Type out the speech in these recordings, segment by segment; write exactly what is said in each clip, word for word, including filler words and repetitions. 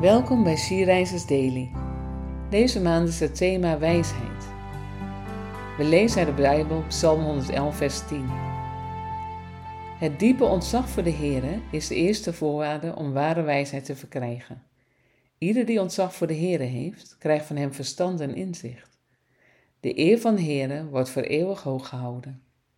Welkom bij She-Rises Daily. Deze maand is het thema wijsheid. We lezen uit de Bijbel Psalm honderdelf vers tien. Het diepe ontzag voor de Heere is de eerste voorwaarde om ware wijsheid te verkrijgen. Ieder die ontzag voor de Heere heeft, krijgt van hem verstand en inzicht. De eer van de Heere wordt voor eeuwig hoog gehouden.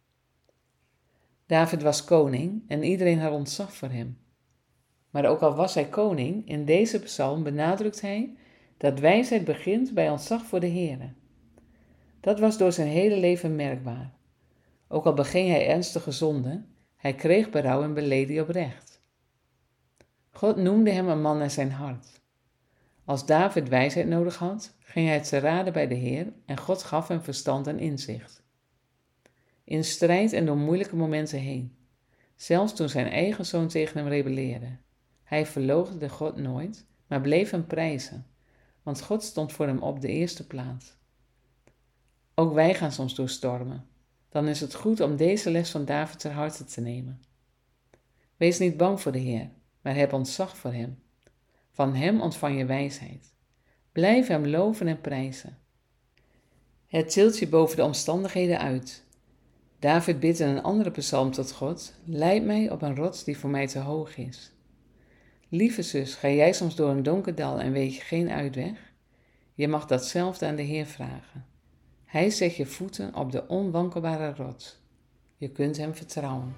David was koning en iedereen had ontzag voor hem. Maar ook al was hij koning, in deze psalm benadrukt hij dat wijsheid begint bij ontzag voor de Heere. Dat was door zijn hele leven merkbaar. Ook al beging hij ernstige zonden, hij kreeg berouw en beleed die oprecht. God noemde hem een man naar zijn hart. Als David wijsheid nodig had, ging hij te raden bij de Heer en God gaf hem verstand en inzicht. In strijd en door moeilijke momenten heen, zelfs toen zijn eigen zoon tegen hem rebelleerde. Hij verloochende God nooit, maar bleef hem prijzen, want God stond voor hem op de eerste plaats. Ook wij gaan soms door stormen. Dan is het goed om deze les van David ter harte te nemen. Wees niet bang voor de Heer, maar heb ontzag voor hem. Van hem ontvang je wijsheid. Blijf hem loven en prijzen. Het tilt je boven de omstandigheden uit. David bidt in een andere psalm tot God: leid mij op een rots die voor mij te hoog is. Lieve zus, ga jij soms door een donker dal en weet je geen uitweg? Je mag datzelfde aan de Heer vragen. Hij zet je voeten op de onwankelbare rots. Je kunt hem vertrouwen.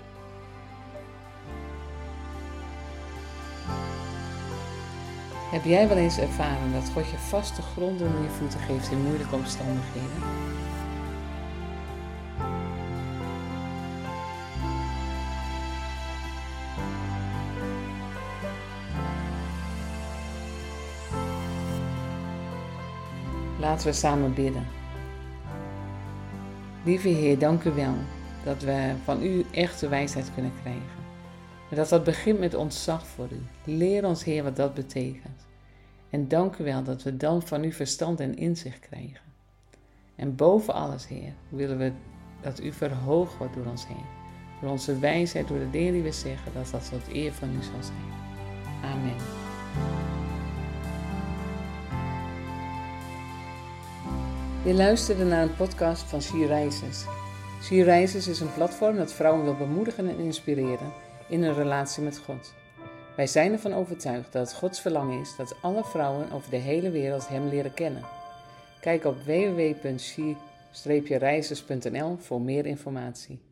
Heb jij wel eens ervaren dat God je vaste grond onder je voeten geeft in moeilijke omstandigheden? Laten we samen bidden. Lieve Heer, dank u wel dat we van u echte wijsheid kunnen krijgen. En dat dat begint met ontzag voor u. Leer ons, Heer, wat dat betekent. En dank u wel dat we dan van u verstand en inzicht krijgen. En boven alles, Heer, willen we dat u verhoogd wordt door ons heen. Door onze wijsheid, door de dingen die we zeggen, dat dat tot eer van u zal zijn. Amen. Je luisterde naar een podcast van She-Rises. She-Rises is een platform dat vrouwen wil bemoedigen en inspireren in een relatie met God. Wij zijn ervan overtuigd dat het Gods verlangen is dat alle vrouwen over de hele wereld hem leren kennen. Kijk op w w w punt she dash rises punt n l voor meer informatie.